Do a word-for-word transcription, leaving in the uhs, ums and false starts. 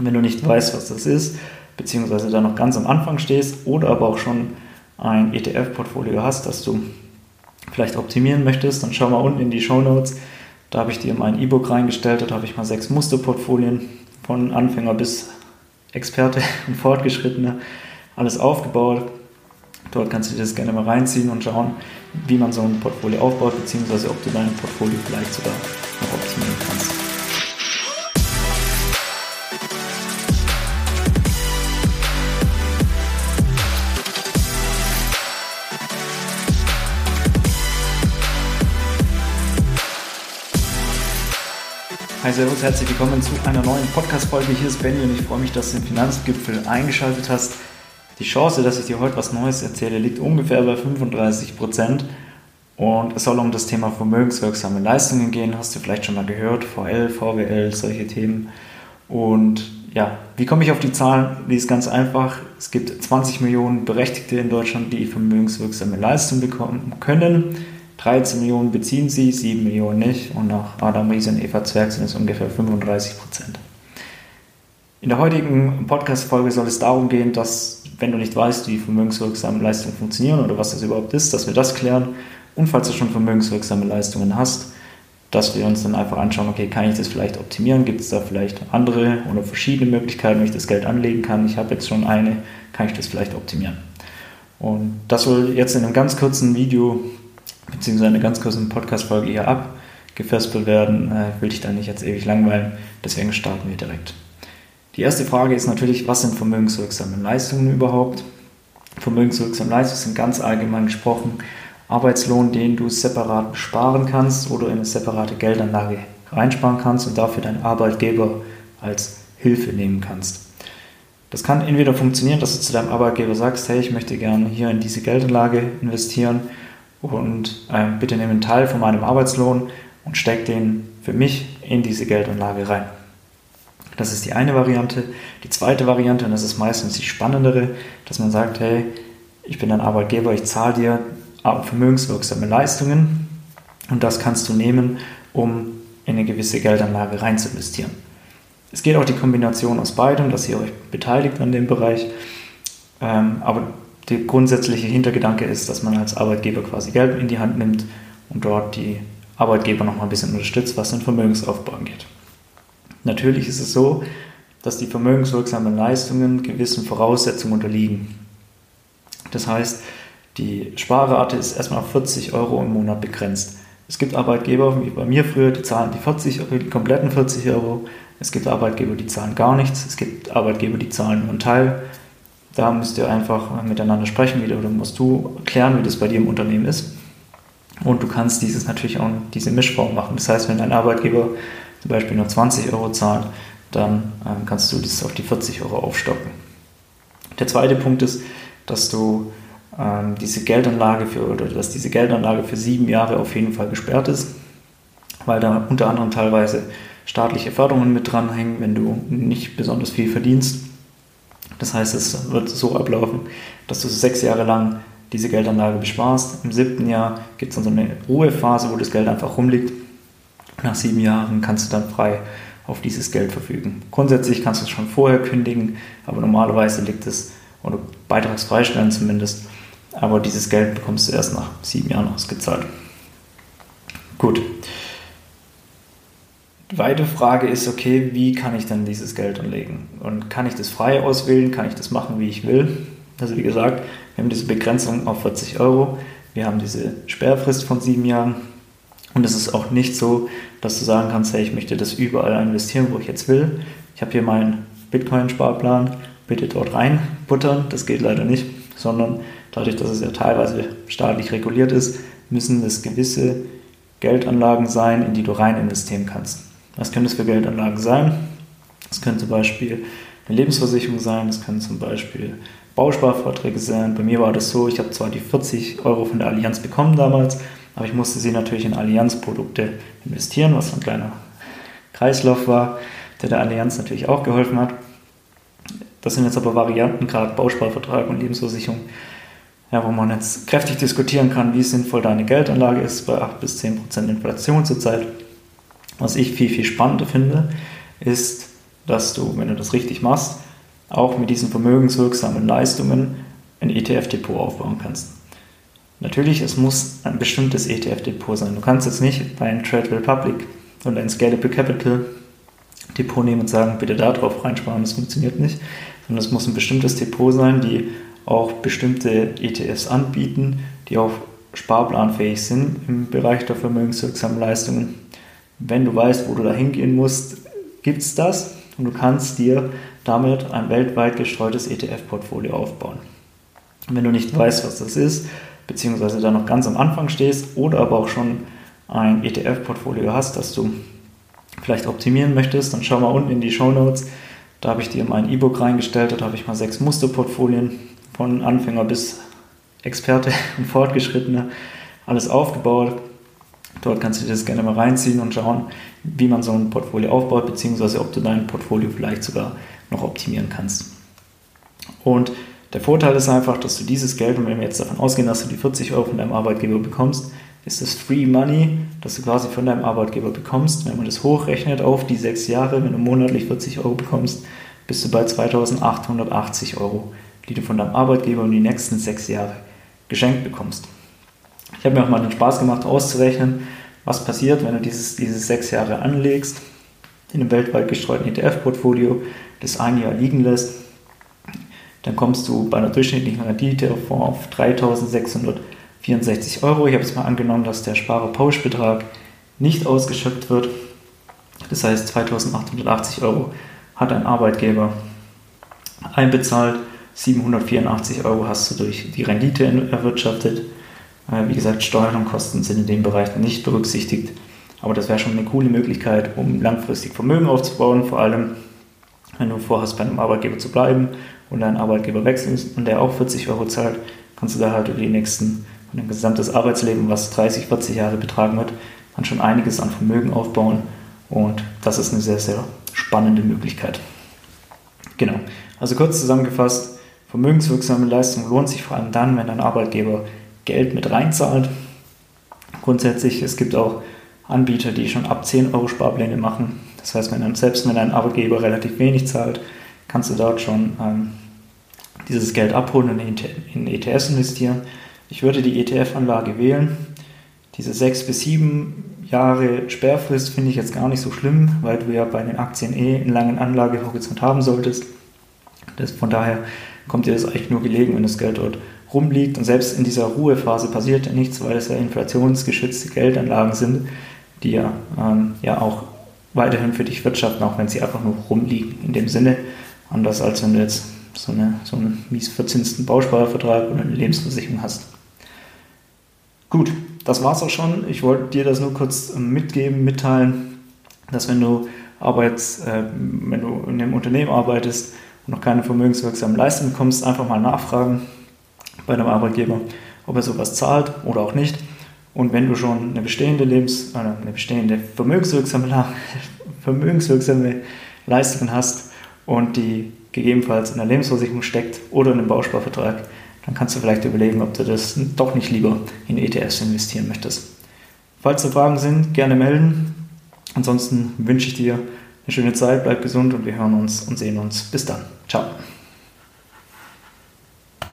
Wenn du nicht weißt, was das ist, beziehungsweise da noch ganz am Anfang stehst oder aber auch schon ein E T F-Portfolio hast, das du vielleicht optimieren möchtest, dann schau mal unten in die Shownotes. Da habe ich dir mein E-Book reingestellt, da habe ich mal sechs Musterportfolien von Anfänger bis Experte und Fortgeschrittene alles aufgebaut. Dort kannst du dir das gerne mal reinziehen und schauen, wie man so ein Portfolio aufbaut, beziehungsweise ob du dein Portfolio vielleicht sogar noch optimieren kannst. Hi, servus, herzlich willkommen zu einer neuen Podcast-Folge. Hier ist Benny und ich freue mich, dass du den Finanzgipfel eingeschaltet hast. Die Chance, dass ich dir heute was Neues erzähle, liegt ungefähr bei fünfunddreißig Prozent und es soll um das Thema vermögenswirksame Leistungen gehen. Hast du vielleicht schon mal gehört, V L, V W L, solche Themen. Und ja, wie komme ich auf die Zahlen? Die ist ganz einfach. Es gibt zwanzig Millionen Berechtigte in Deutschland, die vermögenswirksame Leistungen bekommen können. dreizehn Millionen beziehen sie, sieben Millionen nicht und nach Adam Ries und Eva Zwerg sind es ungefähr fünfunddreißig Prozent. In der heutigen Podcast-Folge soll es darum gehen, dass, wenn du nicht weißt, wie vermögenswirksame Leistungen funktionieren oder was das überhaupt ist, dass wir das klären und falls du schon vermögenswirksame Leistungen hast, dass wir uns dann einfach anschauen, okay, kann ich das vielleicht optimieren, gibt es da vielleicht andere oder verschiedene Möglichkeiten, wie ich das Geld anlegen kann, ich habe jetzt schon eine, kann ich das vielleicht optimieren. Und das soll jetzt in einem ganz kurzen Video beziehungsweise eine ganz kurze Podcast-Folge hier abgefespelt werden. Ich will dich da nicht jetzt ewig langweilen, deswegen starten wir direkt. Die erste Frage ist natürlich, was sind vermögenswirksame Leistungen überhaupt? Vermögenswirksame Leistungen sind ganz allgemein gesprochen Arbeitslohn, den du separat sparen kannst oder in eine separate Geldanlage reinsparen kannst und dafür deinen Arbeitgeber als Hilfe nehmen kannst. Das kann entweder funktionieren, dass du zu deinem Arbeitgeber sagst, hey, ich möchte gerne hier in diese Geldanlage investieren und äh, bitte nimm einen Teil von meinem Arbeitslohn und steck den für mich in diese Geldanlage rein. Das ist die eine Variante. Die zweite Variante, und das ist meistens die spannendere, dass man sagt, hey, ich bin dein Arbeitgeber, ich zahle dir vermögenswirksame Leistungen und das kannst du nehmen, um in eine gewisse Geldanlage rein zu investieren. Es geht auch die Kombination aus beidem, dass ihr euch beteiligt an dem Bereich, ähm, aber der grundsätzliche Hintergedanke ist, dass man als Arbeitgeber quasi Geld in die Hand nimmt und dort die Arbeitgeber noch mal ein bisschen unterstützt, was den Vermögensaufbau angeht. Natürlich ist es so, dass die vermögenswirksamen Leistungen gewissen Voraussetzungen unterliegen. Das heißt, die Sparrate ist erstmal auf vierzig Euro im Monat begrenzt. Es gibt Arbeitgeber, wie bei mir früher, die zahlen die, vierzig, die kompletten vierzig Euro. Es gibt Arbeitgeber, die zahlen gar nichts. Es gibt Arbeitgeber, die zahlen nur einen Teil. Da müsst ihr einfach miteinander sprechen, oder musst du klären, wie das bei dir im Unternehmen ist. Und du kannst dieses natürlich auch diese Mischform machen. Das heißt, wenn dein Arbeitgeber zum Beispiel nur zwanzig Euro zahlt, dann ähm, kannst du das auf die vierzig Euro aufstocken. Der zweite Punkt ist, dass du ähm, diese Geldanlage für oder dass diese Geldanlage für sieben Jahre auf jeden Fall gesperrt ist, weil da unter anderem teilweise staatliche Förderungen mit dranhängen, wenn du nicht besonders viel verdienst. Das heißt, es wird so ablaufen, dass du sechs Jahre lang diese Geldanlage besparst. Im siebten Jahr gibt es dann so eine Ruhephase, wo das Geld einfach rumliegt. Nach sieben Jahren kannst du dann frei auf dieses Geld verfügen. Grundsätzlich kannst du es schon vorher kündigen, aber normalerweise liegt es, oder beitragsfrei stellen zumindest, aber dieses Geld bekommst du erst nach sieben Jahren ausgezahlt. Gut. Die weitere Frage ist, okay, wie kann ich dann dieses Geld anlegen? Und kann ich das frei auswählen? Kann ich das machen, wie ich will? Also wie gesagt, wir haben diese Begrenzung auf vierzig Euro. Wir haben diese Sperrfrist von sieben Jahren. Und es ist auch nicht so, dass du sagen kannst, hey, ich möchte das überall investieren, wo ich jetzt will. Ich habe hier meinen Bitcoin-Sparplan, bitte dort reinbuttern. Das geht leider nicht, sondern dadurch, dass es ja teilweise staatlich reguliert ist, müssen es gewisse Geldanlagen sein, in die du rein investieren kannst. Was können das für Geldanlagen sein? Das können zum Beispiel eine Lebensversicherung sein, das können zum Beispiel Bausparverträge sein. Bei mir war das so, ich habe zwar die vierzig Euro von der Allianz bekommen damals, aber ich musste sie natürlich in Allianz-Produkte investieren, was ein kleiner Kreislauf war, der der Allianz natürlich auch geholfen hat. Das sind jetzt aber Varianten, gerade Bausparvertrag und Lebensversicherung, ja, wo man jetzt kräftig diskutieren kann, wie sinnvoll deine Geldanlage ist bei acht bis zehn Prozent Inflation zurzeit. Was ich viel, viel spannender finde, ist dass du, wenn du das richtig machst, auch mit diesen vermögenswirksamen Leistungen ein E T F-Depot aufbauen kannst. Natürlich, es muss ein bestimmtes E T F-Depot sein. Du kannst jetzt nicht dein Trade Republic oder ein Scalable Capital Depot nehmen und sagen, bitte da drauf reinsparen, das funktioniert nicht. Sondern es muss ein bestimmtes Depot sein, die auch bestimmte E T Fs anbieten, die auch sparplanfähig sind im Bereich der vermögenswirksamen Leistungen. Wenn du weißt, wo du da hingehen musst, gibt es das und du kannst dir damit ein weltweit gestreutes E T F-Portfolio aufbauen. Wenn du nicht weißt, was das ist, beziehungsweise da noch ganz am Anfang stehst oder aber auch schon ein E T F-Portfolio hast, das du vielleicht optimieren möchtest, dann schau mal unten in die Shownotes. Da habe ich dir mein E-Book reingestellt, da habe ich mal sechs Musterportfolien von Anfänger bis Experte und Fortgeschrittene alles aufgebaut. Dort kannst du dir das gerne mal reinziehen und schauen, wie man so ein Portfolio aufbaut, beziehungsweise ob du dein Portfolio vielleicht sogar noch optimieren kannst. Und der Vorteil ist einfach, dass du dieses Geld, und wenn wir jetzt davon ausgehen, dass du die vierzig Euro von deinem Arbeitgeber bekommst, ist das Free Money, das du quasi von deinem Arbeitgeber bekommst. Wenn man das hochrechnet auf die sechs Jahre, wenn du monatlich vierzig Euro bekommst, bist du bei zweitausendachthundertachtzig Euro, die du von deinem Arbeitgeber in die nächsten sechs Jahre geschenkt bekommst. Ich habe mir auch mal den Spaß gemacht, auszurechnen, was passiert, wenn du dieses, diese sechs Jahre anlegst, in einem weltweit gestreuten E T F-Portfolio, das ein Jahr liegen lässt. Dann kommst du bei einer durchschnittlichen Rendite auf dreitausendsechshundertvierundsechzig Euro. Ich habe jetzt mal angenommen, dass der Sparer-Pauschbetrag nicht ausgeschöpft wird. Das heißt, zweitausendachthundertachtzig Euro hat ein Arbeitgeber einbezahlt. siebenhundertvierundachtzig Euro hast du durch die Rendite erwirtschaftet. Wie gesagt, Steuern und Kosten sind in dem Bereich nicht berücksichtigt. Aber das wäre schon eine coole Möglichkeit, um langfristig Vermögen aufzubauen. Vor allem, wenn du vorhast, bei einem Arbeitgeber zu bleiben und deinen Arbeitgeber wechselst und der auch vierzig Euro zahlt, kannst du da halt über die nächsten, und dein gesamtes Arbeitsleben, was dreißig, vierzig Jahre betragen wird, dann schon einiges an Vermögen aufbauen. Und das ist eine sehr, sehr spannende Möglichkeit. Genau. Also kurz zusammengefasst, vermögenswirksame Leistung lohnt sich vor allem dann, wenn dein Arbeitgeber Geld mit reinzahlt. Grundsätzlich, es gibt auch Anbieter, die schon ab zehn Euro Sparpläne machen. Das heißt, wenn dann, selbst wenn dein Arbeitgeber relativ wenig zahlt, kannst du dort schon ähm, dieses Geld abholen und in E T Fs investieren. Ich würde die E T F-Anlage wählen. Diese sechs bis sieben Jahre Sperrfrist finde ich jetzt gar nicht so schlimm, weil du ja bei den Aktien eh einen langen Anlagehorizont haben solltest. Das, von daher kommt dir das eigentlich nur gelegen, wenn das Geld dort rumliegt. Und selbst in dieser Ruhephase passiert ja nichts, weil es ja inflationsgeschützte Geldanlagen sind, die ja, ähm, ja auch weiterhin für dich wirtschaften, auch wenn sie einfach nur rumliegen. In dem Sinne, anders als wenn du jetzt so, eine, so einen mies verzinsten Bausparvertrag oder eine Lebensversicherung hast. Gut, das war's auch schon. Ich wollte dir das nur kurz mitgeben, mitteilen, dass wenn du Arbeits, äh, wenn du in einem Unternehmen arbeitest und noch keine vermögenswirksame Leistung bekommst, einfach mal nachfragen bei deinem Arbeitgeber, ob er sowas zahlt oder auch nicht. Und wenn du schon eine bestehende Lebens-, äh, eine bestehende vermögenswirksame, vermögenswirksame Leistung hast und die gegebenenfalls in einer Lebensversicherung steckt oder in einem Bausparvertrag, dann kannst du vielleicht überlegen, ob du das doch nicht lieber in E T Fs investieren möchtest. Falls da Fragen sind, gerne melden. Ansonsten wünsche ich dir eine schöne Zeit, bleib gesund und wir hören uns und sehen uns. Bis dann. Ciao.